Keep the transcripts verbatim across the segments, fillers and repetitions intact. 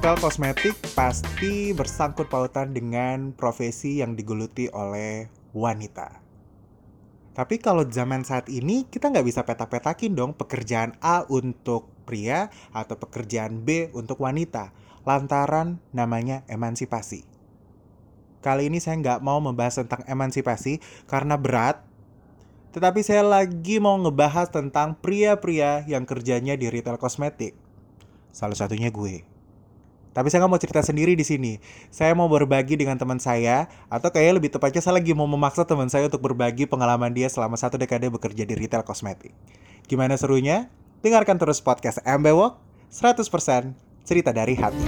Retail kosmetik pasti bersangkut pautan dengan profesi yang digeluti oleh wanita. Tapi kalau zaman saat ini kita nggak bisa petak-petakin dong pekerjaan A untuk pria atau pekerjaan B untuk wanita, lantaran namanya emansipasi. Kali ini saya nggak mau membahas tentang emansipasi karena berat, tetapi saya lagi mau ngebahas tentang pria-pria yang kerjanya di retail kosmetik. Salah satunya gue. Tapi saya nggak mau cerita sendiri di sini. Saya mau berbagi dengan teman saya, atau kayaknya lebih tepatnya saya lagi mau memaksa teman saya untuk berbagi pengalaman dia selama satu dekade bekerja di retail kosmetik. Gimana serunya? Dengarkan terus podcast M B Walk, seratus persen cerita dari hati.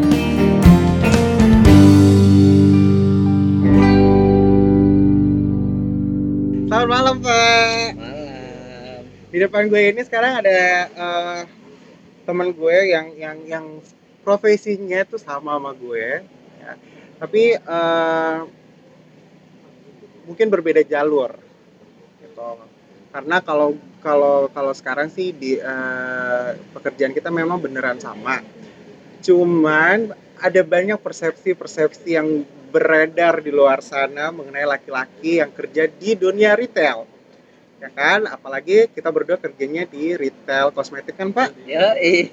Selamat malam, Pak. Malam. Di depan gue ini sekarang ada uh, teman gue yang yang yang profesinya tuh sama sama gue, ya. Tapi uh, mungkin berbeda jalur, gitu. Karena kalau kalau kalau sekarang sih di uh, pekerjaan kita memang beneran sama. Cuman ada banyak persepsi-persepsi yang beredar di luar sana mengenai laki-laki yang kerja di dunia retail. Ya kan, apalagi kita berdua kerjanya di retail kosmetik kan, Pak? Ya, eh.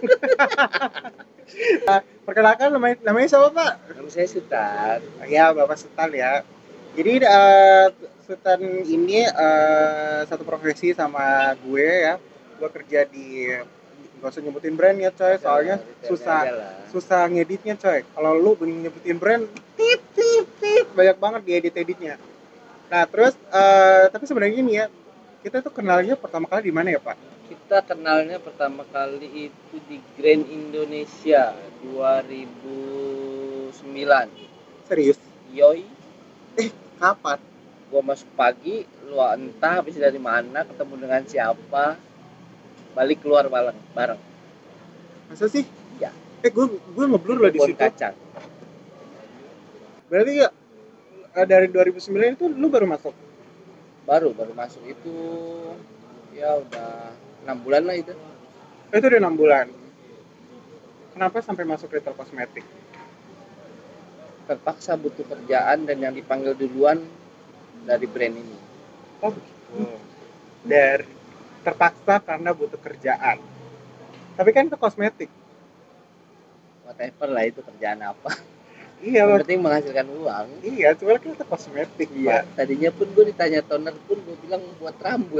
Perkenalkan, namanya, namanya siapa, Pak? Nama saya Sultan. Ya, Bapak Sultan ya. Jadi uh, Sultan ini uh, satu profesi sama gue ya. Gue kerja di, gak usah nyebutin brand ya coy, soalnya susah susah ngeditnya coy. Kalau lu nyebutin brand, tit tit tit banyak banget diedit-editnya. Nah terus, uh, tapi sebenarnya ini ya, kita tuh kenalnya pertama kali di mana ya, Pak? Kita kenalnya pertama kali itu di Grand Indonesia dua ribu sembilan. Serius? Yoi. Eh, kapan? Gua masuk pagi, lu entah habis dari mana, ketemu dengan siapa, balik keluar bareng. bareng. Masa sih? Ya. Eh, gue gue ngeblur loh di situ. Kacang. Berarti ya dari dua ribu sembilan itu lu baru masuk? Baru, baru masuk itu ya udah enam bulan lah itu. Oh, itu udah enam bulan. Kenapa sampai masuk retail kosmetik? Terpaksa butuh kerjaan dan yang dipanggil duluan dari brand ini. Oh begitu. Dari terpaksa karena butuh kerjaan. Tapi kan itu kosmetik. Whatever lah itu kerjaan apa. Iya, yang penting menghasilkan uang. Iya, cuma kan itu kosmetik, iya, Pak. Tadinya pun gue ditanya toner pun gue bilang buat rambut.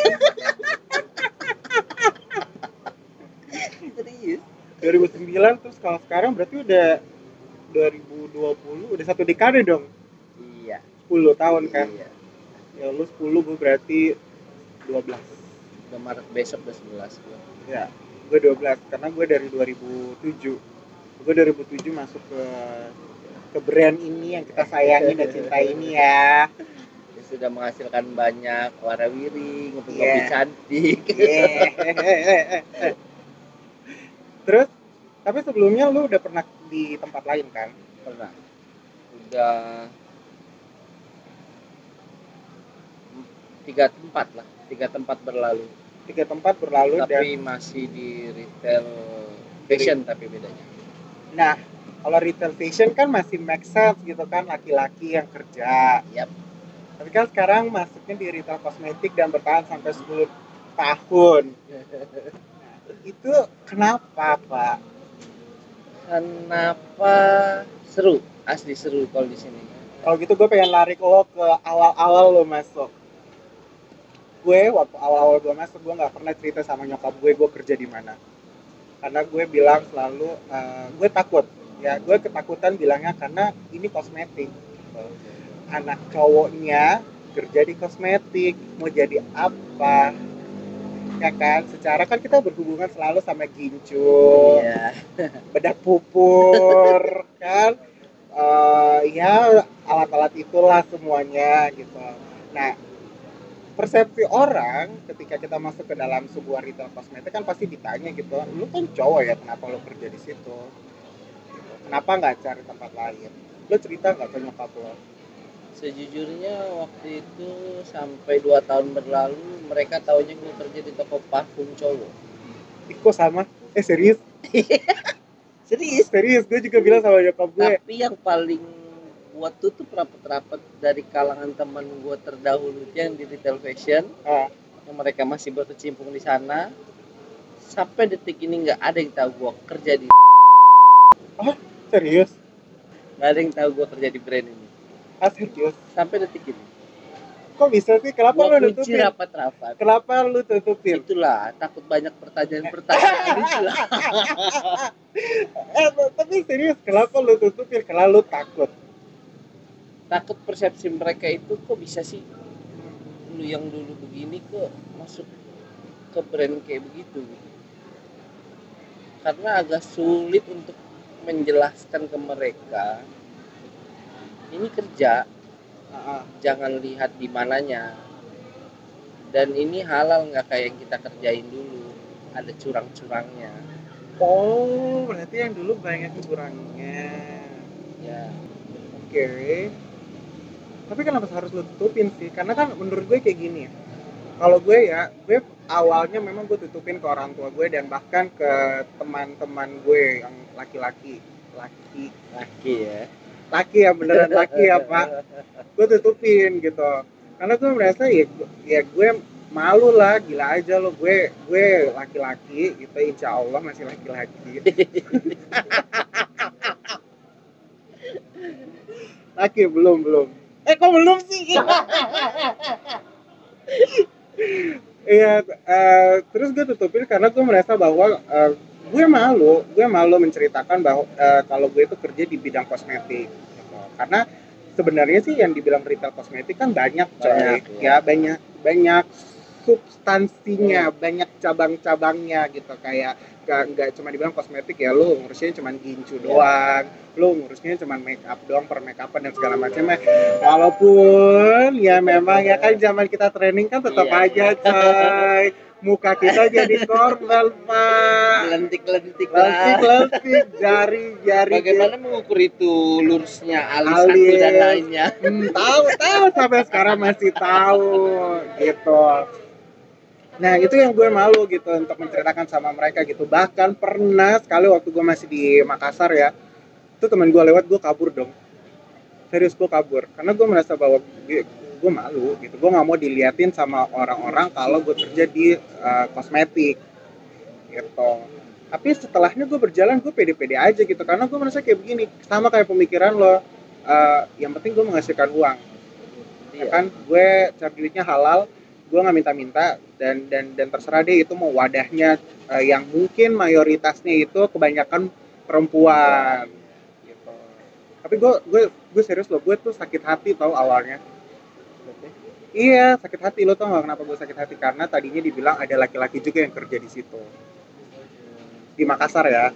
Serius. dua ribu sembilan terus kalau sekarang berarti udah dua ribu dua puluh, udah satu dekade dong. Iya. sepuluh tahun kan? Iya. Ya lu sepuluh, gue berarti dua belas. Udah Maret besok udah sebelas gue. Ya, gue dua belas karena gue dari dua ribu tujuh. Gue dua ribu tujuh masuk ke ke brand ini yang kita sayangi dan cintai ini ya. Ya sudah menghasilkan banyak warawiri, ngopi-ngopi yeah. cantik. Yeah. Terus, tapi sebelumnya lu udah pernah di tempat lain kan? Pernah. Udah tiga tempat lah, tiga tempat berlalu. Tiga tempat berlalu tapi dan masih di retail fashion tapi bedanya. Nah, kalau retail fashion kan masih make sense gitu kan, laki-laki yang kerja. Yap. Tapi kan sekarang masuknya di retail kosmetik dan bertahan sampai sepuluh tahun. Nah, itu kenapa, Pak? Kenapa seru, asli seru kalau di sini. Kalau gitu gue pengen lari lo ke awal-awal lo masuk. Gue waktu awal-awal gue masuk, gue nggak pernah cerita sama nyokap gue gue kerja di mana. Karena gue bilang selalu, uh, gue takut. Ya, gue ketakutan bilangnya karena ini kosmetik. Anak cowoknya kerja di kosmetik, mau jadi apa? Ya kan, secara kan kita berhubungan selalu sama gincu, yeah. bedak pupur, kan, uh, ya alat-alat itulah semuanya gitu. Nah, persepsi orang ketika kita masuk ke dalam sebuah retail kosmetik kan pasti ditanya gitu, lu kan cowok ya, kenapa lu kerja di situ? Kenapa nggak cari tempat lain? Lu cerita nggak ke nyokap lo? Sejujurnya waktu itu sampai dua tahun berlalu mereka taunya gue kerja di toko parfum cowok. Iko sama? Eh serius? Serius. Serius, gue juga bilang sama nyokap gue. Tapi yang paling waktu tuh rapat-rapat dari kalangan teman gue terdahulu yang di retail fashion, Ah. yang mereka masih berkecimpung di sana, sampai detik ini nggak ada yang tahu gue kerja di. Ah, serius? Nggak ada yang tahu gue kerja di brand ini. Ah, serius? Sampai detik ini. Kok bisa sih? Kenapa Gua lu kunci nutupin? rapat-rapat. Kenapa lu tutupin? Itulah, takut banyak pertanyaan-pertanyaan itulah. Eh, tapi serius, kenapa lu tutupin? Karena lu takut. Takut persepsi mereka itu kok bisa sih lu yang dulu begini kok masuk ke brand kayak begitu gitu. Karena agak sulit untuk menjelaskan ke mereka ini kerja, Ah, ah. jangan lihat di mananya, dan ini halal nggak kayak yang kita kerjain dulu, ada curang-curangnya. Oh, berarti yang dulu banyak kurangnya. Ya, Oke. Tapi kenapa harus lu tutupin sih? Karena kan menurut gue kayak gini ya. Kalau gue ya, gue awalnya memang gue tutupin ke orang tua gue dan bahkan ke teman-teman gue yang laki-laki. Laki. laki ya. Laki ya, beneran laki ya, Pak. Gue tutupin gitu. Karena gue merasa ya, ya gue malu lah, gila aja lo, gue gue laki-laki gitu, insya Allah masih laki-laki. Laki belum belum. Eh kok belum sih? Iya, uh, terus gue tutupin karena gue merasa bahwa uh, gue malu, gue malu menceritakan bahwa uh, kalau gue itu kerja di bidang kosmetik. Gitu. Karena sebenarnya sih yang dibilang retail kosmetik kan banyak, coy. Banyak, ya. ya banyak banyak substansinya, hmm. banyak cabang-cabangnya gitu. Kayak nggak cuma dibilang kosmetik ya, lu ngurusnya cuma gincu doang, lu ngurusnya cuma make up doang, per make upan dan segala macamnya. Walaupun ya memang ya kan zaman kita training kan tetap iya, aja coy, muka kita jadi korban, Pak. Lentik-lentik lah. Lentik-lentik, jari-jari. Bagaimana gitu. Mengukur itu lurusnya, alis, alis. Satu dan lainnya? Hmm, tahu, tahu sampai sekarang masih tahu gitu. Nah itu yang gue malu gitu untuk menceritakan sama mereka gitu. Bahkan pernah sekali waktu gue masih di Makassar ya, itu teman gue lewat, gue kabur dong. Serius, gue kabur karena gue merasa bahwa gue, gue malu gitu. Gue nggak mau diliatin sama orang-orang kalau gue kerja di uh, kosmetik gitu. Tapi setelahnya gue berjalan, gue pede-pede aja gitu karena gue merasa kayak begini, sama kayak pemikiran lo. Uh, yang penting gue menghasilkan uang. Ya kan, gue cari duitnya halal, gue nggak minta-minta dan dan dan terserah deh itu mau wadahnya uh, yang mungkin mayoritasnya itu kebanyakan perempuan gitu. Tapi gue gue gue serius loh, gue tuh sakit hati tau awalnya. Okay. Iya sakit hati, lo tau nggak kenapa gue sakit hati? Karena tadinya dibilang ada laki-laki juga yang kerja di situ di Makassar ya.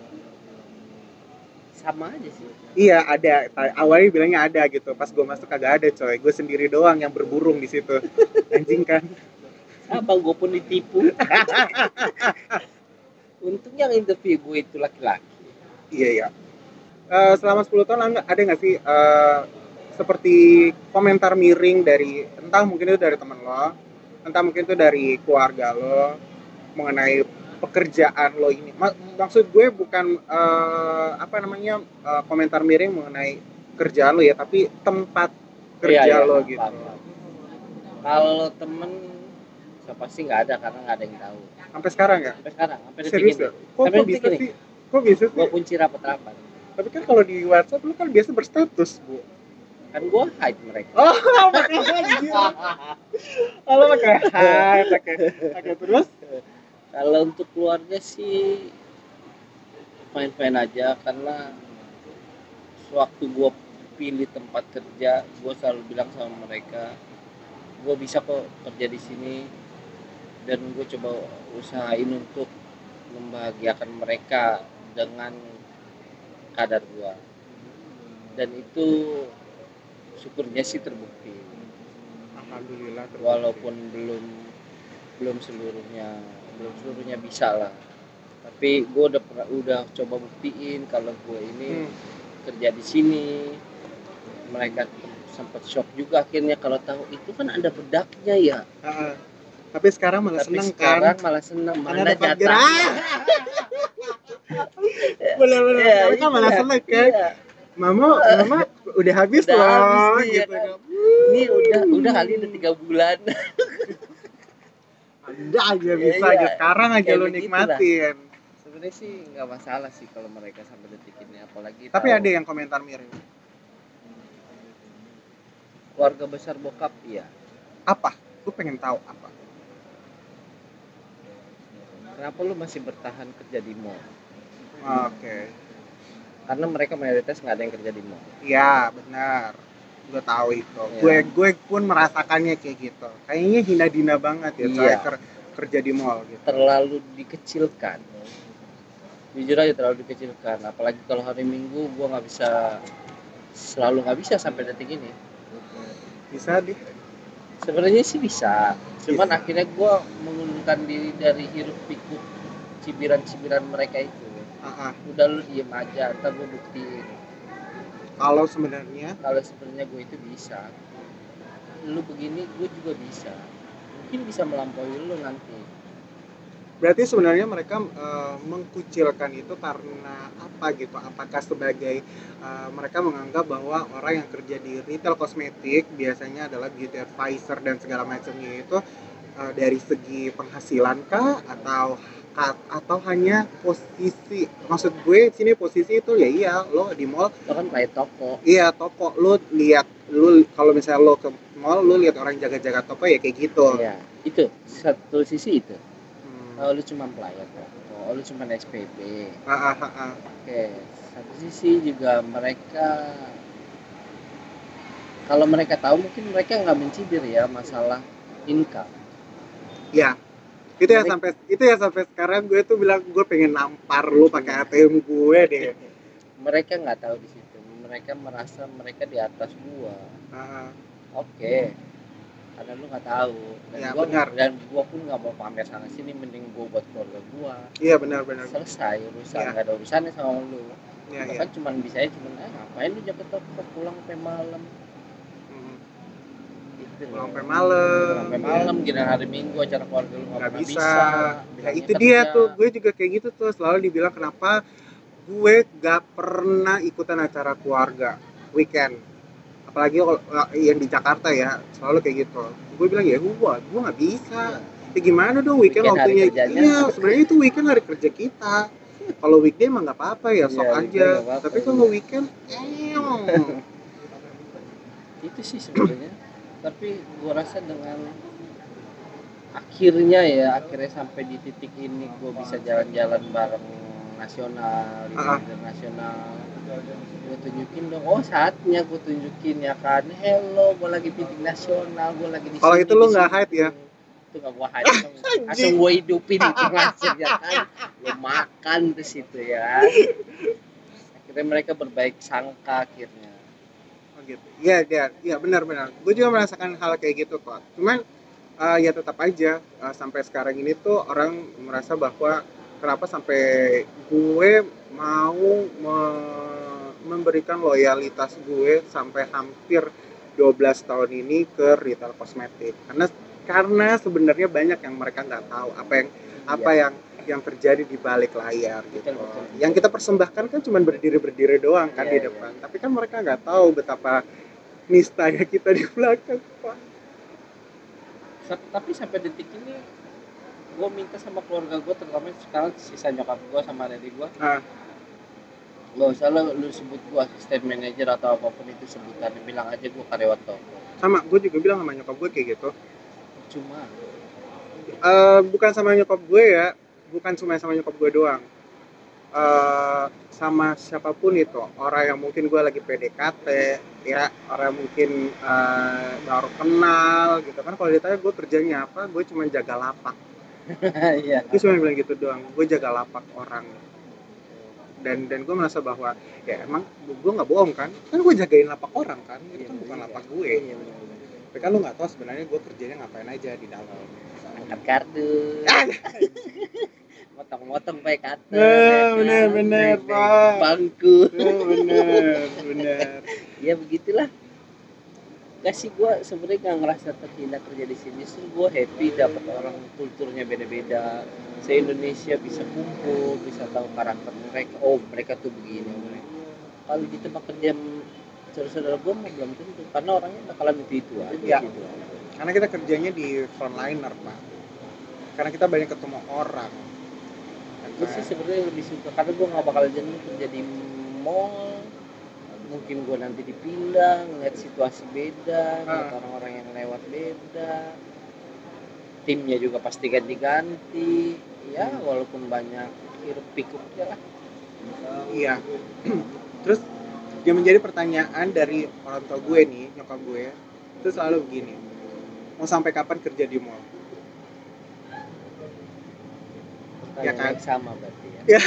Sama aja sih. Iya ada, awalnya bilangnya ada gitu, pas gue masuk kagak ada coy, gue sendiri doang yang berburung di situ. Anjing kan. Abang gue pun ditipu. Untung yang interview gue itu laki-laki. Iya ya. Uh, selama sepuluh tahun ada nggak sih uh, seperti komentar miring dari entah mungkin itu dari teman lo, entah mungkin itu dari keluarga lo mengenai pekerjaan lo ini? Maksud gue bukan uh, apa namanya uh, komentar miring mengenai kerjaan lo ya, tapi tempat kerja iya, iya, lo gitu. Kalau temen pasti nggak ada karena nggak ada yang tahu. Sampai sekarang ya? Sampai sekarang, sampai detik serius ini. Ya? Kok, kok bisa ini? sih? Kok bisa sih? Gue kunci rapat-rapat. Tapi kan kalau di WhatsApp lu kan biasa berstatus, Bu. Kan gue hide mereka. Oh, pakai hide. Kalau pakai hide, pakai pakai terus. Kalau untuk keluarga sih fine-fine aja karena sewaktu gue pilih tempat kerja, gue selalu bilang sama mereka, gue bisa kok kerja di sini dan gue coba usahain untuk membahagiakan mereka dengan kadar gue, dan itu syukurnya sih terbukti. Alhamdulillah terbukti. Walaupun belum belum seluruhnya belum seluruhnya bisa lah, tapi gue udah udah coba buktiin kalau gue ini hmm. kerja di sini. Mereka sempat shock juga akhirnya kalau tahu itu kan ada bedaknya ya. Uh, tapi sekarang malah tapi seneng sekarang kan? malah seneng mana jatah. Benar-benar Ya, mereka malah itulah. seneng kan. Iya. Mama, mama udah habis Udah loh habis nih, ya gitu kan. kan. Ini udah udah kali udah tiga bulan. Ada aja Ya, bisa iya, aja sekarang aja kayak lu begitulah. nikmatin. Sebenarnya sih nggak masalah sih kalau mereka sampai detik ini, apalagi Tapi tahu ada yang komentar miring. keluarga besar bokap, iya. Apa? Gue pengen tahu apa. Kenapa lu masih bertahan kerja di mall? Oke. Karena mereka mayoritas nggak ada yang kerja di mall. Iya, benar. Gue tahu itu. Iya. Gue gue pun merasakannya kayak gitu. Kayaknya hina-dina banget ya, coy, Iya. ker- kerja di mall gitu. Terlalu dikecilkan. Jujur aja terlalu dikecilkan. Apalagi kalau hari Minggu gue nggak bisa, selalu nggak bisa sampai detik ini. Bisa deh. Sebenarnya sih bisa. Cuman Bisa. akhirnya gue mengundurkan diri dari hiruk pikuk cibiran-cibiran mereka itu. Ah, ah. Udah lu diem aja, ntar gue buktiin. Kalau sebenarnya Kalau sebenarnya gue itu bisa, lu begini gue juga bisa, mungkin bisa melampaui lu nanti. berarti sebenarnya mereka uh, mengkucilkan itu karena apa gitu? Apakah sebagai uh, mereka menganggap bahwa orang yang kerja di retail kosmetik biasanya adalah beauty advisor dan segala macamnya itu uh, dari segi penghasilan kah atau atau hanya posisi? Maksud gue sini posisi itu ya iya lo di mall Lo kan kayak toko. Iya toko, lu lihat lu kalau misalnya lo ke mall lu lihat orang jaga-jaga toko ya kayak gitu. Iya, itu satu sisi itu. Hmm. Oh, lu cuma pelayan toko, oh, lu cuma S P B. Ah, ah, ah, ah. Oke, satu sisi juga mereka, kalau mereka tahu mungkin mereka nggak mencibir ya masalah income. Ya, itu ya Mereka- sampai itu ya sampai sekarang gue tuh bilang gue pengen nampar lu pakai A T M gue deh. Mereka nggak tahu di situ. Mereka merasa mereka di atas gua. Ah, Oke, karena lu nggak tahu. Dan Ya, gua benar. dan gua pun nggak mau pamer sana sini, mending gua buat keluarga gua. iya benar-benar. Selesai urusan, Ya. nggak ada urusannya sama lu. Iya, iya. Bahkan cuman bisanya cuman eh ngapain lu jaga toko pulang sampai malam. Hmm. Gitu Pulang loh. sampai malam. Sampai malam, giliran hari Minggu acara keluarga lu nggak Nggak pernah bisa. bisa. Ya Bilangnya itu dia kerja. tuh, gue juga kayak gitu tuh selalu dibilang kenapa gue gak pernah ikutan acara keluarga weekend. Apalagi kalau yang di Jakarta ya selalu kayak gitu. Gue bilang ya gue gue nggak bisa. Ya gimana dong weekend, Weekend hari waktunya? kerjanya. Iya sebenarnya itu weekend hari kerja kita. Kalau weekday mah nggak apa-apa ya sok Iya, aja. weekday nggak apa-apa, Tapi kalau iya. weekend, eong. Itu sih sebenarnya. Tapi gua rasa dengan akhirnya ya akhirnya sampai di titik ini gue bisa jalan-jalan bareng nasional, Ah, ah. internasional. Gue tunjukin dong, oh saatnya gue tunjukin ya kan, hello gue lagi meeting nasional, gue lagi di Kalau sini, itu lu di nggak situ. hide ya? Itu nggak gue hide, langsung, langsung gue hidupin itu langsung ya kan, gue makan di situ ya. Akhirnya mereka berbaik sangka akhirnya. Oh gitu. Iya, iya, iya benar-benar. Gue juga merasakan hal kayak gitu kok. Cuman uh, ya tetap aja uh, sampai sekarang ini tuh orang merasa bahwa kenapa sampai gue mau me- memberikan loyalitas gue sampai hampir dua belas tahun ini ke retail kosmetik. Karena karena sebenarnya banyak yang mereka nggak tahu apa yang apa Iya. yang yang terjadi di balik layar gitu. Betul, betul. Yang kita persembahkan kan cuma berdiri-berdiri doang kan Iya, di iya. depan. Tapi kan mereka nggak tahu betapa nistanya kita di belakang, Pak. Sa- Tapi sampai detik ini gue minta sama keluarga gue, terutama sekarang sisa nyokap gue sama adik gue, Nah, gak usah lo lu sebut gue asisten manajer atau apapun itu sebutan, bilang aja gue karyawan toko. sama gue juga bilang sama nyokap gue kayak gitu. Cuma Uh, bukan sama nyokap gue ya, bukan cuma sama nyokap gue doang. Uh, sama siapapun itu, orang yang mungkin gue lagi P D K T, ya, orang yang mungkin uh, baru kenal gitu kan. Kalau ditanya gue kerjanya apa, gue cuma jaga lapak. iya. Gue cuma bilang gitu doang, gue jaga lapak orang. Dan dan gue merasa bahwa ya emang gue nggak bohong kan, kan gue jagain lapak orang kan, itu kan bukan lapak gue. Iya, bener-bener. Tapi kan lu nggak tahu sebenarnya gue kerjanya ngapain aja di dalam. Angkat kardus, motong-motong pakai cutter, Nah, ya kan? bener-bener, Naik-naik Pak. bangku. Oh, bener, bener. Ya begitulah. Gak sih, gue sebenarnya nggak ngerasa terhina kerja di sini. Justru gue happy dapat orang kulturnya beda-beda. Se Indonesia bisa kumpul, bisa tahu karakter mereka. Oh mereka tuh begini. Mereka. Kalau di tempat kerja saudara-saudara gue mah belum tentu, karena orangnya bakalan itu itu aja Ya. gitu. Karena kita kerjanya di frontliner, Pak. Karena kita banyak ketemu orang. Gue sih sebenarnya lebih suka karena gue nggak bakal jenuh kerja di mall. Mungkin gue nanti dipindah, ngeliat situasi beda, ngeliat Ah. orang-orang yang lewat beda. Timnya juga pasti ganti-ganti. Ya walaupun banyak hiruk pikuknya lah. Iya. Terus yang menjadi pertanyaan dari orang tua gue nih, nyokap gue, itu selalu begini. Mau sampai kapan kerja di mall? Ya kan? Yang sama berarti ya. Ya.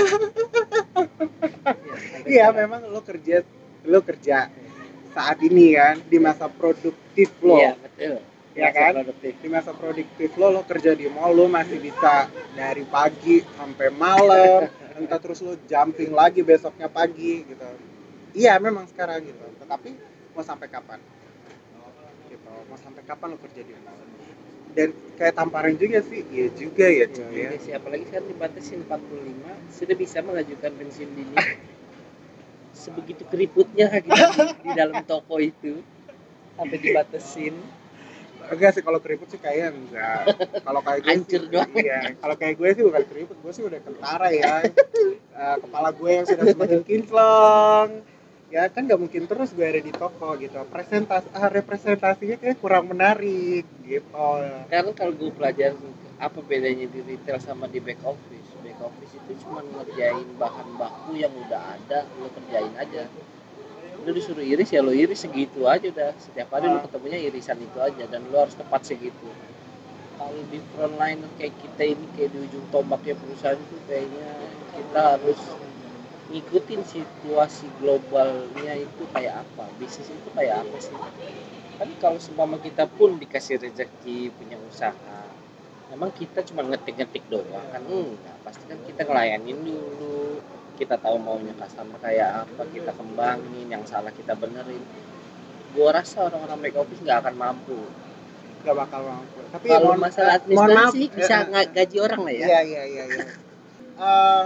Iya, Iya, memang lo kerja lo kerja saat ini kan di masa produktif lo. Iya, betul. Ya Masa kan? produktif. Di masa produktif lo, lo kerja di mall, lo masih bisa dari pagi sampai malam, entah terus lo jumping lagi besoknya pagi gitu. Iya, memang sekarang gitu. Tetapi mau sampai kapan? Gitu. Mau sampai kapan lo kerja di mall? Dan kayak tamparan juga sih, iya juga ya, Ya, ya. ya. Sih, apalagi sekarang dibatasin empat puluh lima, sudah bisa mengajukan pensiun dini. Sebegitu keriputnya kita di, di dalam toko itu sampai dibatasin. Enggak sih, kalau keriput sih kayaknya enggak. Kalau kayak gue Hancur sih, doang. iya. Kalau kayak gue sih bukan keriput, gue sih udah kentara ya. Uh, kepala gue yang sudah semakin kinclong. Ya kan nggak mungkin terus gue ada di toko gitu. Presentasi, ah, representasinya kayak kurang menarik gitu. Karena kalau gue pelajarin apa bedanya di retail sama di back office. Back office itu cuma ngerjain bahan baku yang udah ada, lo kerjain aja. Lo disuruh iris ya lo iris segitu aja udah. Setiap hari lo ketemunya irisan itu aja dan lo harus tepat segitu. Kalau di frontliner kayak kita ini, kayak di ujung tombaknya perusahaan itu, kayaknya kita harus ngikutin situasi globalnya itu kayak apa, bisnis itu kayak apa sih. Kan kalau seumpama kita pun dikasih rezeki punya usaha, memang kita cuma ngetik-ngetik doang kan enggak, pasti kan kita ngelayanin dulu, kita tahu maunya customer kayak apa, kita kembangin, yang salah kita benerin. Gua rasa orang-orang back office nggak akan mampu. Gak bakal mampu. Tapi kalau mohon, masalah administrasi maaf, bisa eh, gaji orang lah ya. Iya iya iya. iya. uh,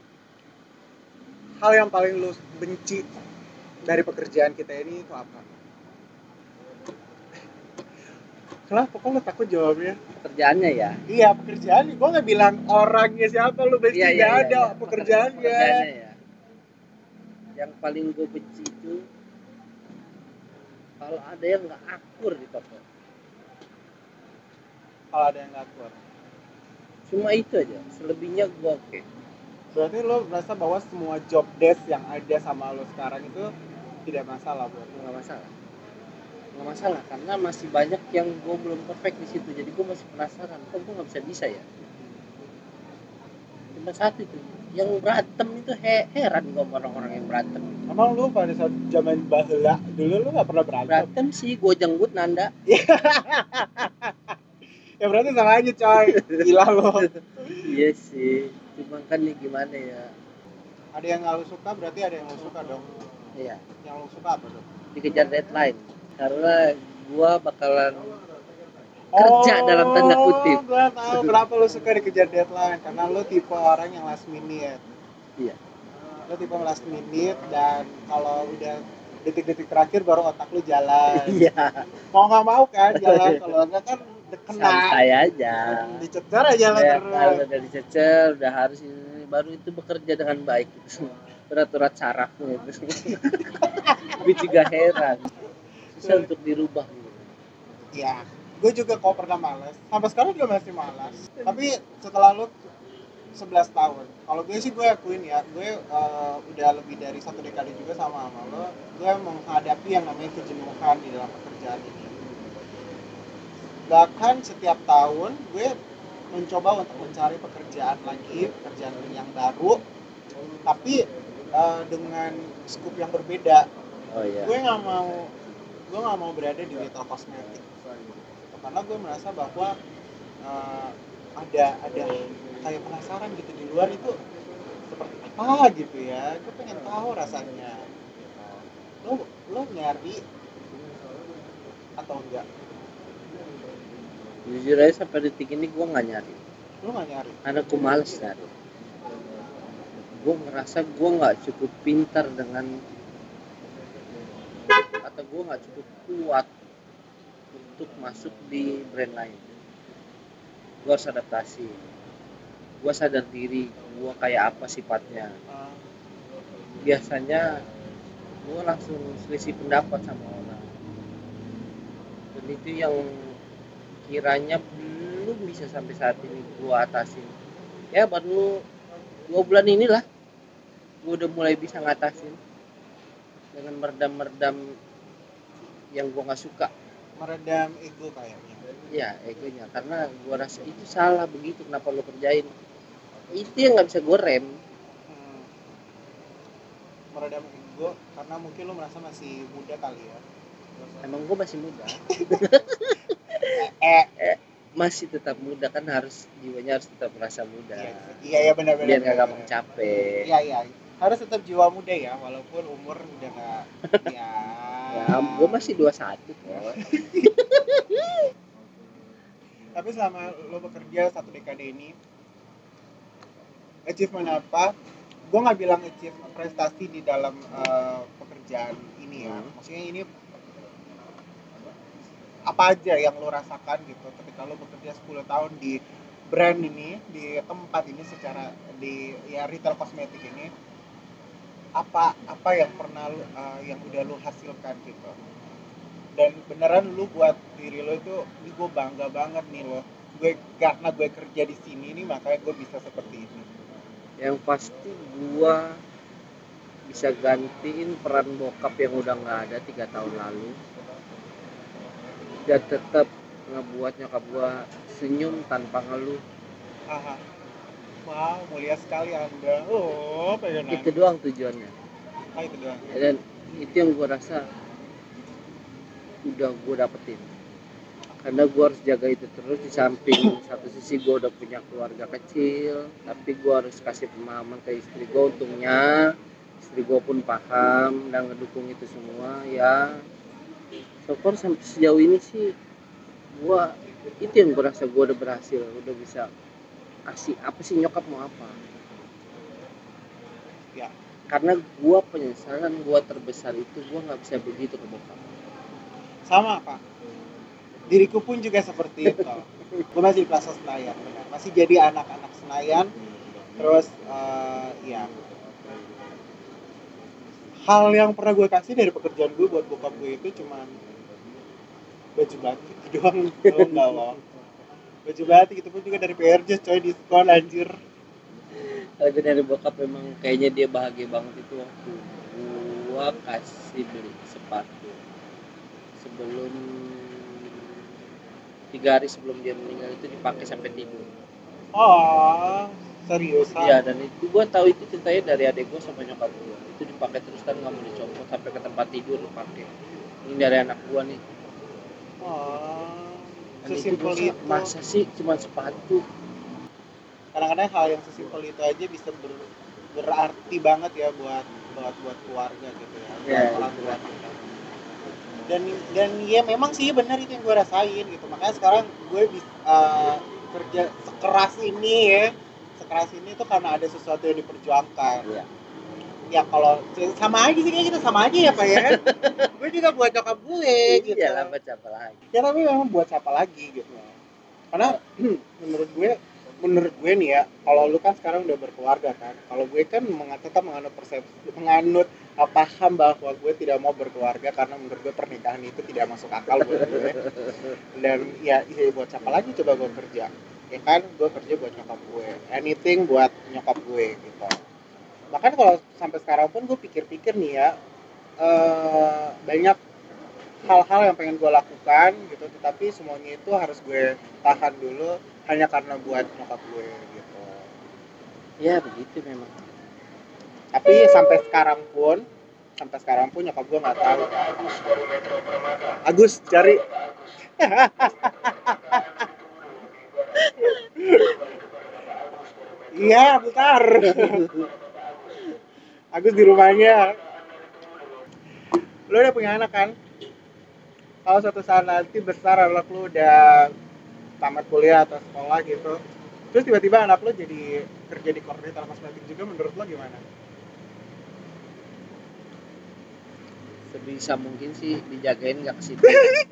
hal yang paling lu benci dari pekerjaan kita ini itu apa? Kenapa kok lu takut jawabnya? Pekerjaannya ya? Iya, pekerjaan. Gue nggak bilang orangnya siapa, lu benci, nggak iya, iya, ada iya. pekerjaannya. Pekerjaannya ya. Yang paling gue benci itu kalau ada yang nggak akur di toko. Kalau ada yang nggak akur. Cuma itu aja. Selebihnya gue oke. Okay. Berarti lo merasa bahwa semua job desk yang ada sama lo sekarang itu tidak masalah buat lo? Nggak masalah. Nggak masalah karena masih banyak yang gue belum perfect di situ. Jadi gue masih penasaran. Kok gue nggak bisa bisa ya? Cuma satu itu. Yang berantem itu he- heran gue sama orang-orang yang berantem. Emang lu pada saat zaman bahula dulu lu nggak pernah berantem? Berantem sih, gue jenggut nanda. Ya berarti sama aja coy. Gila lo. Iya sih. Cuma kan nih gimana ya? Ada yang nggak lu suka, berarti ada yang lu suka dong. Iya. Yang lu suka apa dong? Dikejar deadline. Karena gua bakalan kerja oh, dalam tanda kutip. Gua tahu kenapa lu suka dikejar deadline. Karena lu tipe orang yang last minute. Iya. Lu tipe last minute dan kalau udah detik-detik terakhir baru otak lu jalan. Iya. Mau nggak mau kan jalan, kalau enggak kan kena. Santai aja. Dicecer aja lah ya, terus. Kalau udah dicecer, udah harus ini, baru itu bekerja dengan baik. Berat-berat sarafnya itu. Gue juga heran. Susah untuk dirubah gitu. Ya, gue juga kok pernah malas. Sampai sekarang juga masih malas. Tapi setelah lu sebelas tahun, kalau gue sih gue akuin ya, gue uh, udah lebih dari satu dekade juga sama sama lo. Gue menghadapi yang namanya kejenuhan di dalam pekerjaan ini. Bahkan setiap tahun gue mencoba untuk mencari pekerjaan lagi, pekerjaan yang baru, tapi uh, dengan skup yang berbeda. Oh, iya. Gue nggak mau, gue nggak mau berada di retail kosmetik, karena gue merasa bahwa uh, ada ada kayak penasaran gitu di luar itu seperti apa gitu ya. Gue pengen tahu rasanya. Lo lo nyari atau enggak? Jujur aja sampai detik ini gue nggak nyari. Lu nggak nyari? Karena gue males nyari. Gue ngerasa gue nggak cukup pintar dengan, atau gue nggak cukup kuat untuk masuk di brand lain. Gue harus adaptasi. Gue sadar diri gue kayak apa sifatnya. Uh, Biasanya gue langsung selisih pendapat sama orang. Dan itu yang kiranya belum bisa sampai saat ini gue atasin. Ya baru dua bulan inilah gue udah mulai bisa ngatasin dengan meredam-meredam yang gue nggak suka. meredam ego kayaknya. Ya egonya, karena gue rasa itu salah begitu, kenapa lo kerjain itu yang nggak bisa gue rem. Hmm. Meredam ego karena mungkin lu merasa masih muda kali ya. Emang gue masih muda. eh, eh, masih tetap muda kan, harus jiwanya harus tetap merasa muda. Iya iya benar-benar. Biar nggak gampang capek. Iya iya. Harus tetap jiwa muda ya, walaupun umur udah nggak. Ya. Ya, gue masih dua puluh satu kok. Tapi selama lo bekerja satu dekade ini, achievement apa? Gue nggak bilang achievement prestasi di dalam uh, pekerjaan ini ya. Maksudnya ini apa aja yang lo rasakan gitu ketika lo bekerja sepuluh tahun di brand ini, di tempat ini, secara di ya retail kosmetik ini, apa apa yang pernah lo, uh, yang udah lo hasilkan gitu, dan beneran lo buat diri lo itu, ini gue bangga banget nih lo, gue karena gue kerja di sini nih makanya gue bisa seperti ini. Yang pasti gue bisa gantiin peran bokap yang udah nggak ada tiga tahun lalu, dan tetap ngebuat nyokap gue senyum tanpa ngeluh. Aha. Wow, mulia sekali Anda. Oh, pengen Itu doang tujuannya. Ah, itu doang. Dan itu yang gue rasa udah gue dapetin. Karena gue harus jaga itu terus. Di samping satu sisi gue udah punya keluarga kecil, tapi gue harus kasih pemahaman ke istri gue. Untungnya istri gue pun paham dan ngedukung itu semua. Ya so far sampai sejauh ini sih gue, itu yang gue rasa gue udah berhasil. Udah bisa kasih apa sih nyokap mau apa ya. Karena gue penyesalan gue terbesar itu gue nggak bisa begitu ke bokap. Sama Pak, diriku pun juga seperti itu. Gue masih di Plaza Senayan, benar. Masih jadi anak-anak Senayan. Terus uh, ya hal yang pernah gue kasih dari pekerjaan gue buat bokap gue itu cuman baju batik doang. Lo enggak loh, baju batik itu pun juga dari P R J coy, di sekolah anjir. Tapi dari bokap memang kayaknya dia bahagia banget itu waktu gua kasih beli sepatu sebelum tiga hari sebelum dia meninggal, itu dipakai sampai tidur. Oh, serius? Iya, dan itu gua tahu itu ceritanya dari adik gua sama nyokap gua. Itu dipakai terus kan, nggak mau dicopot sampai ke tempat tidur dipakai. Ini dari anak gua nih. Oh, Dan sesimpel itu, itu. masa sih cuma sepatu? Kadang-kadang hal yang sesimpel itu aja bisa ber, berarti banget ya buat buat buat keluarga gitu ya, buat Ya, orang tua kita. Dan dan ya memang sih benar itu yang gue rasain gitu. Makanya sekarang gue bisa uh, kerja sekeras ini ya, sekeras ini tuh karena ada sesuatu yang diperjuangkan. Ya. Ya kalau sama aja sih, kayak kita sama aja ya Pak ya. Gue juga buat nyokap gue gitu. Iya lah, buat siapa lagi? Ya tapi memang buat siapa lagi gitu. Karena menurut gue menurut gue nih ya, kalau lu kan sekarang udah berkeluarga kan, kalau gue kan tetap menganut persepsi, menganut paham bahwa gue tidak mau berkeluarga karena menurut gue pernikahan itu tidak masuk akal buat gue. Dan ya, ya buat siapa lagi coba gue kerja, ya kan, gue kerja buat nyokap gue, anything buat nyokap gue gitu. Bahkan kalau sampai sekarang pun gue pikir-pikir nih ya, uh, banyak hal-hal yang pengen gue lakukan gitu, tetapi semuanya itu harus gue tahan dulu hanya karena buat nyokap gue gitu. Ya begitu memang. Tapi sampai sekarang pun, sampai sekarang pun nyokap gue nggak tahu. Agus cari. Iya, bentar. Agus di rumahnya. Lo udah punya anak kan? kalau suatu saat nanti besar anak lu udah tamat kuliah atau sekolah gitu, terus tiba-tiba anak lu jadi kerja di koordinator kosmetik juga, menurut lo gimana? Sebisa mungkin sih dijagain nggak ke situ.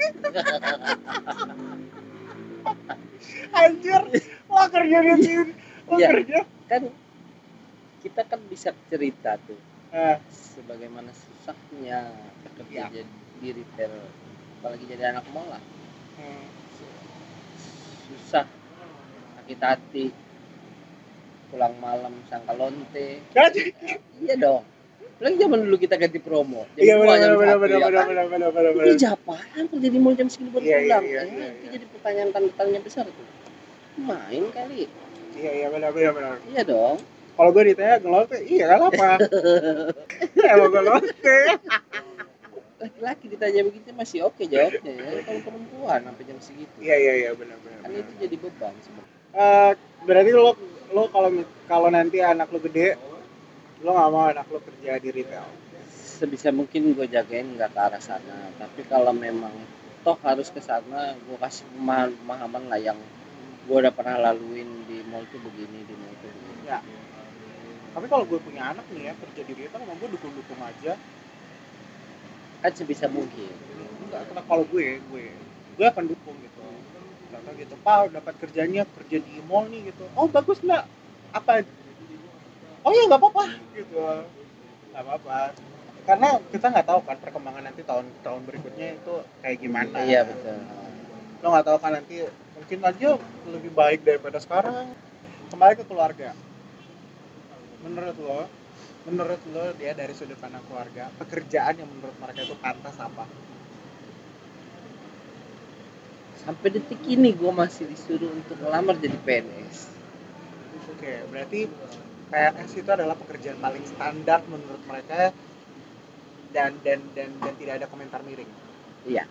Anjir, lo kerja di sini, lo Iya. kerja. Kan kita kan bisa cerita tuh Eh, sebagaimana susahnya Iya. bekerja jadi di retail, apalagi jadi anak mall lah. hmm. Susah, sakit hati, pulang malam sangka lonte. Jadi, Iya dong. Apalagi zaman dulu kita ganti promo. Jam iya dua, benar jam benar satu, benar ya benar kan? benar benar benar Itu benar. japaan kerja di mall jam segini baru Iya, iya, pulang. iya, Eh, iya, itu iya. jadi pertanyaan tanda tanya besar tuh. Main kali. Iya iya benar benar benar. Iya dong. Kalau gue ditanya ngelote, iya kan apa? Emang ngelote. Laki-laki ditanya begitu masih oke jawabnya ya. Kalau perempuan sampai jam segitu. Iya iya iya benar benar. Kan benar. itu jadi beban sebenarnya. Eh, berarti lo lo kalau kalau nanti anak lo gede, lo nggak mau anak lo kerja di retail? Sebisa mungkin gue jagain nggak ke arah sana. Tapi kalau memang toh harus ke sana, gue kasih pemahaman pemahaman lah yang gue udah pernah laluin di mall tuh begini, di mall tuh begini. Ya. Tapi kalau gue punya anak nih ya kerja di retail, emang gue dukung-dukung aja. Kan sebisa mungkin. Enggak, karena kalau gue gue gue akan dukung gitu. Contoh gitu, Pak dapat kerjanya kerja di mall nih gitu. Oh bagus nggak? Apa? Oh ya nggak apa-apa gitu. Nggak apa-apa. Karena kita nggak tahu kan perkembangan nanti tahun-tahun berikutnya itu kayak gimana. Iya betul. Lo nggak tahu kan nanti mungkin aja lebih baik daripada sekarang. Kembali ke keluarga. Menurut lo, menurut lo dia dari sudut pandang keluarga, pekerjaan yang menurut mereka itu pantas apa? Sampai detik ini gue masih disuruh untuk melamar jadi P N S. Oke, berarti P N S itu adalah pekerjaan paling standar menurut mereka dan dan dan dan tidak ada komentar miring. Iya.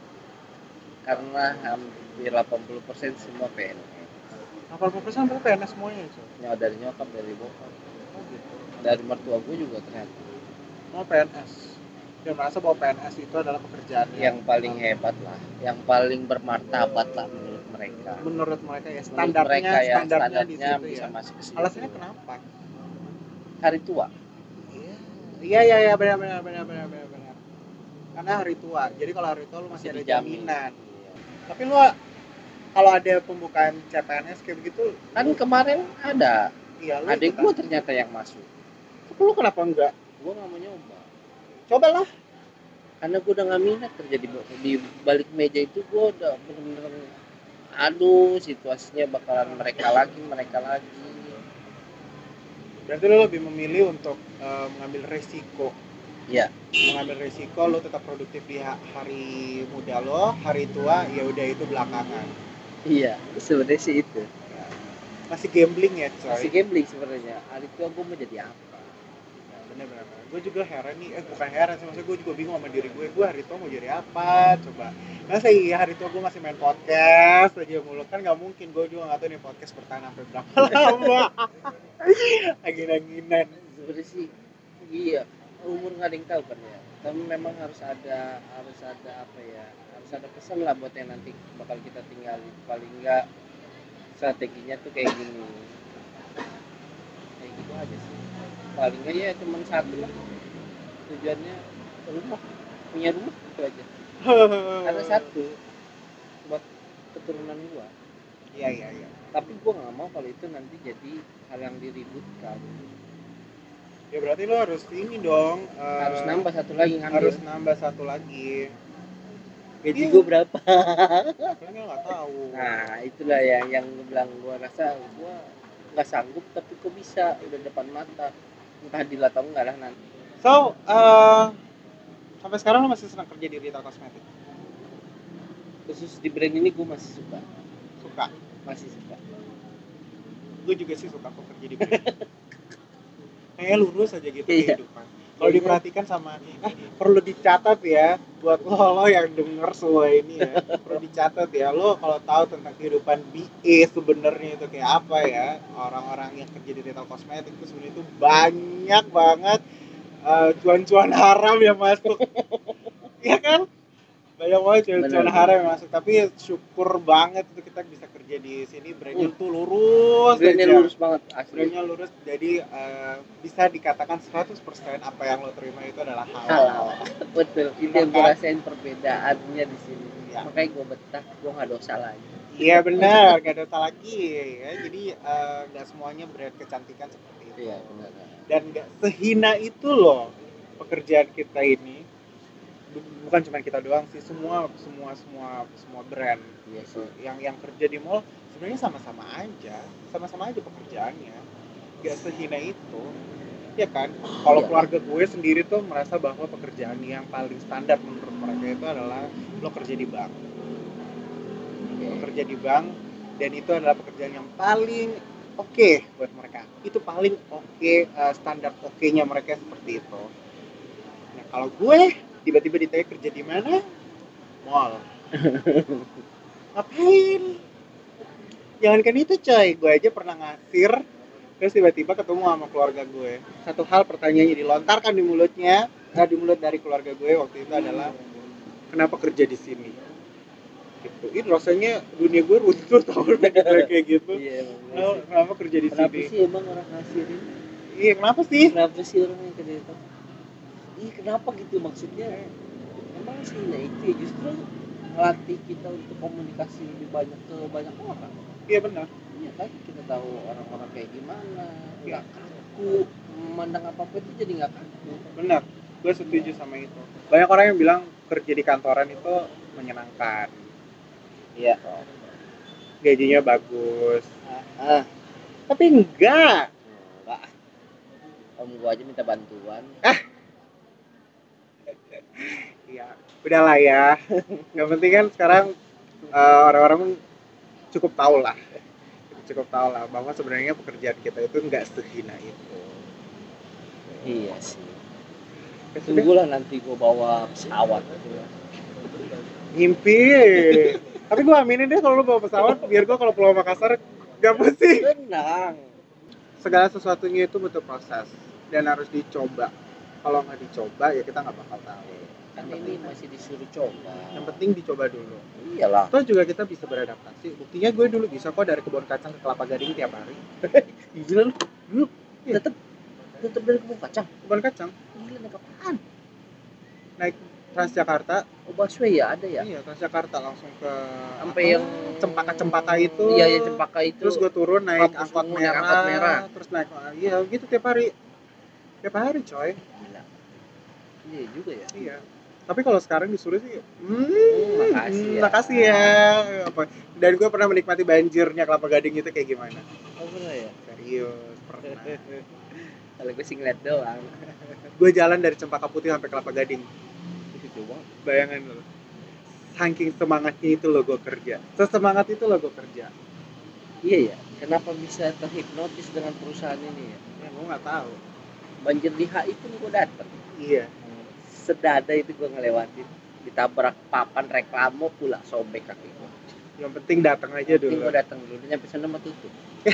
Karena hampir delapan puluh persen semua P N S. delapan puluh persen berarti P N S semuanya itu. Nyawa dari nyokap, dari bokap, Oh gitu. dari mertua gue juga ternyata. Mau P N S. Dia merasa bahwa P N S itu adalah pekerjaan Yang paling hebat lah, yang paling bermartabat lah menurut mereka. menurut mereka ya Menurut standarnya mereka ya, standarnya di standarnya situ bisa ya. masuk ke situ. Alasannya kenapa? Hari tua. Iya iya iya benar benar benar benar benar benar. Karena hari tua. Jadi kalau hari tua lu masih, Masih ada dijamin. jaminan. Iya. Tapi lu kalau ada pembukaan C P N S kayak begitu, Kan kemarin ada, iya lu adik gue ternyata yang masuk. Tapi lu kenapa enggak? Gue nggak mau nyoba. Cobalah. Karena gue udah nggak minat kerja di, di balik meja itu. Gue udah bener-bener aduh, situasinya bakalan mereka lagi mereka lagi. Berarti lu lebih memilih untuk uh, mengambil resiko. Iya. Mengambil resiko, lu tetap produktif di hari muda lo, hari tua ya udah itu belakangan. Iya, sebenarnya sih itu. Ya. Masih gambling ya coy. Masih gambling sebenarnya. Hari tua gue mau jadi apa? Ya, bener-bener. Gue juga heran nih, eh bukan heran sih, maksudnya gue juga bingung sama diri gue. Gue hari tua mau jadi apa? Coba. Masa iya hari tua gue masih main podcast aja mulu, kan nggak mungkin. Gue juga nggak tahu nih podcast bertahan sampai berapa lama. Angin-anginan. Sebenarnya sih iya, umur nggak ada yang tahu kan ya. Tapi memang harus ada harus ada apa ya? Harus ada pesan lah buat yang nanti bakal kita tinggalin. Paling enggak strateginya tuh kayak gini. Kayak gitu aja sih. Paling enggak ya cuma satu lah. Tujuannya rumah, punya rumah itu aja. Karena satu buat keturunan gua. Iya iya iya. Tapi gua nggak mau kalau itu nanti jadi hal yang diributkan. Ya berarti lo harus ini dong. Uh, Harus nambah satu lagi ngambil. Harus nambah satu lagi. Gaji gua berapa? Kayaknya nggak tahu. Nah itulah yang yang gua bilang, gua rasa gua nggak sanggup tapi kok bisa, udah depan mata. Entah adil atau enggak lah nanti. So, uh, sampai sekarang lo masih senang kerja di retail kosmetik? Khusus di brand ini gua masih suka. Suka? Masih suka. Gue juga sih suka kok kerja di brand. Kayaknya lurus aja gitu Iya. kehidupan. Kalau diperhatikan sama, eh perlu dicatat ya buat lo, lo yang denger semua ini ya, perlu dicatat ya, lo kalau tahu tentang kehidupan B A sebenarnya itu kayak apa ya, orang-orang yang kerja di retail kosmetik itu sebenarnya itu banyak banget uh, cuan-cuan haram yang masuk, ya kan? banyak banget cewek-cewek Bener, haram bener. yang masuk, tapi syukur banget itu kita bisa kerja di sini, brandnya tuh lurus Brandnya aja. lurus banget asli. Brandnya lurus, jadi eh, bisa dikatakan seratus persen apa yang lo terima itu adalah halal. Halal. Betul. Itu yang gue Kan? rasain perbedaannya di sini. Ya. Makanya gue betah, gue nggak dosa lagi. Iya benar, gak ada lagi ya. Jadi eh, nggak semuanya brand kecantikan seperti itu. Iya benar. Dan nggak sehina itu loh pekerjaan kita ini. Bu- Bukan cuma kita doang sih, semua semua semua semua brand Iya gitu. sih. Yang yang kerja di mall sebenarnya sama-sama aja, sama-sama aja pekerjaannya. Gak sehina itu. Ya kan? Kalau Iya. keluarga gue sendiri tuh merasa bahwa pekerjaan yang paling standar menurut mereka itu adalah lo kerja di bank. Lo kerja di bank dan itu adalah pekerjaan yang paling oke buat mereka. Itu paling oke, eh, standar oke-nya mereka seperti itu. Nah, kalau gue tiba-tiba ditanya kerja di mana? Mall. Ngapain? Jangankan itu coy, gue aja pernah ngasir, terus tiba-tiba ketemu sama keluarga gue. Satu hal pertanyaannya dilontarkan di mulutnya, eh, di mulut dari keluarga gue waktu itu adalah, kenapa kerja di sini? Gitu. Ini rasanya dunia gue runtuh tau kayak gitu. Iya. Kenapa, kenapa kerja di Kenapa sini? sih emang orang ngasirin? Iya, kenapa sih? Kenapa sih orang yang kerja itu? Iya kenapa gitu maksudnya? Emang sih nah itu ya, justru ngelatih kita untuk komunikasi lebih banyak ke banyak orang. Iya benar. Iya kan kita tahu orang-orang kayak gimana, Iya. nggak kaku, memandang apa-apa itu jadi nggak kaku. Benar, gue setuju sama itu. Banyak orang yang bilang kerja di kantoran itu menyenangkan. Iya. Gajinya bagus. Ah, Tapi enggak. enggak. Om gua aja minta bantuan. Iya, udahlah ya. Yang penting kan sekarang uh, orang-orang cukup tahu lah, cukup tahu lah bahwa sebenarnya pekerjaan kita itu nggak sehina itu. Iya sih. Ya sudah, Tunggulah nanti gua bawa pesawat gitu ya. ngimpi. Tapi gue aminin deh kalau lu bawa pesawat, biar gue kalau Pulau Makassar gak pusing. Tenang. Segala sesuatunya itu butuh proses dan harus dicoba. Kalau nggak dicoba ya kita nggak bakal tahu. Kan ini masih disuruh coba. Yang penting dicoba dulu. Iyalah. Toh juga kita bisa beradaptasi. Buktinya gue dulu bisa kok dari kebun kacang ke Kelapa Gading tiap hari. Gila lu. Lu Iya. tetep tetep dari kebun kacang. Kebun kacang. Gila naik apaan? Naik Transjakarta. Oh busway ya ada ya? Iya, Transjakarta langsung ke Sampai yang Cempaka-Cempaka itu. Iya ya Cempaka itu. Terus gue turun naik Kampus angkot Ungu, merah, naik angkot merah. terus naik iya gitu tiap hari. Tiap hari, coy. Gila. Iya juga ya. Iya. Tapi kalau sekarang disuruh sih, hmm, Hmm, makasih ya. makasih ya. Apa- Dan gue pernah menikmati banjirnya Kelapa Gading itu kayak gimana? Oh bener ya. Serius, pernah. Kalau gue sih ngeliat doang. Gue jalan dari Cempaka Putih sampai Kelapa Gading. Itu doang. Bayangan lo. Saking semangatnya itu lo gue kerja. Sesemangat itu lo gue kerja. Iya ya. Kenapa bisa terhipnotis dengan perusahaan ini ya? Ya gue nggak tahu. Banjir di H I pun gue datang. Iya. Sedada itu gue ngelewatin. Ditabrak papan reklamo pula sobek kaki gue. Yang penting datang aja Jadi dulu. gue datang dulu. Udah nyampe sana mah tutup.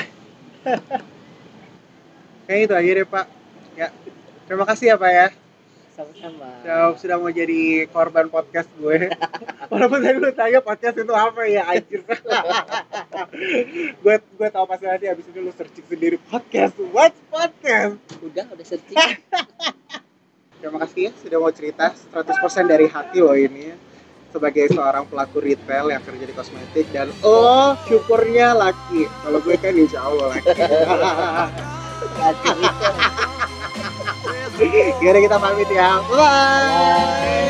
Kayaknya itu aja deh Pak. Ya. Terima kasih ya Pak ya. Sama-sama. Sudah, sudah mau jadi korban podcast gue. Walaupun tadi lu tanya podcast itu apa ya anjir. gue gue tahu pasti nanti abis itu lu searching sendiri podcast. What podcast? Udah, udah searching. Terima kasih ya sudah mau cerita seratus persen dari hati loh ini. Sebagai seorang pelaku retail yang kerja di kosmetik dan oh syukurnya laki. Kalau gue kan insya Allah laki. Hati itu. Yaudah kita pamit ya. Bye. Bye.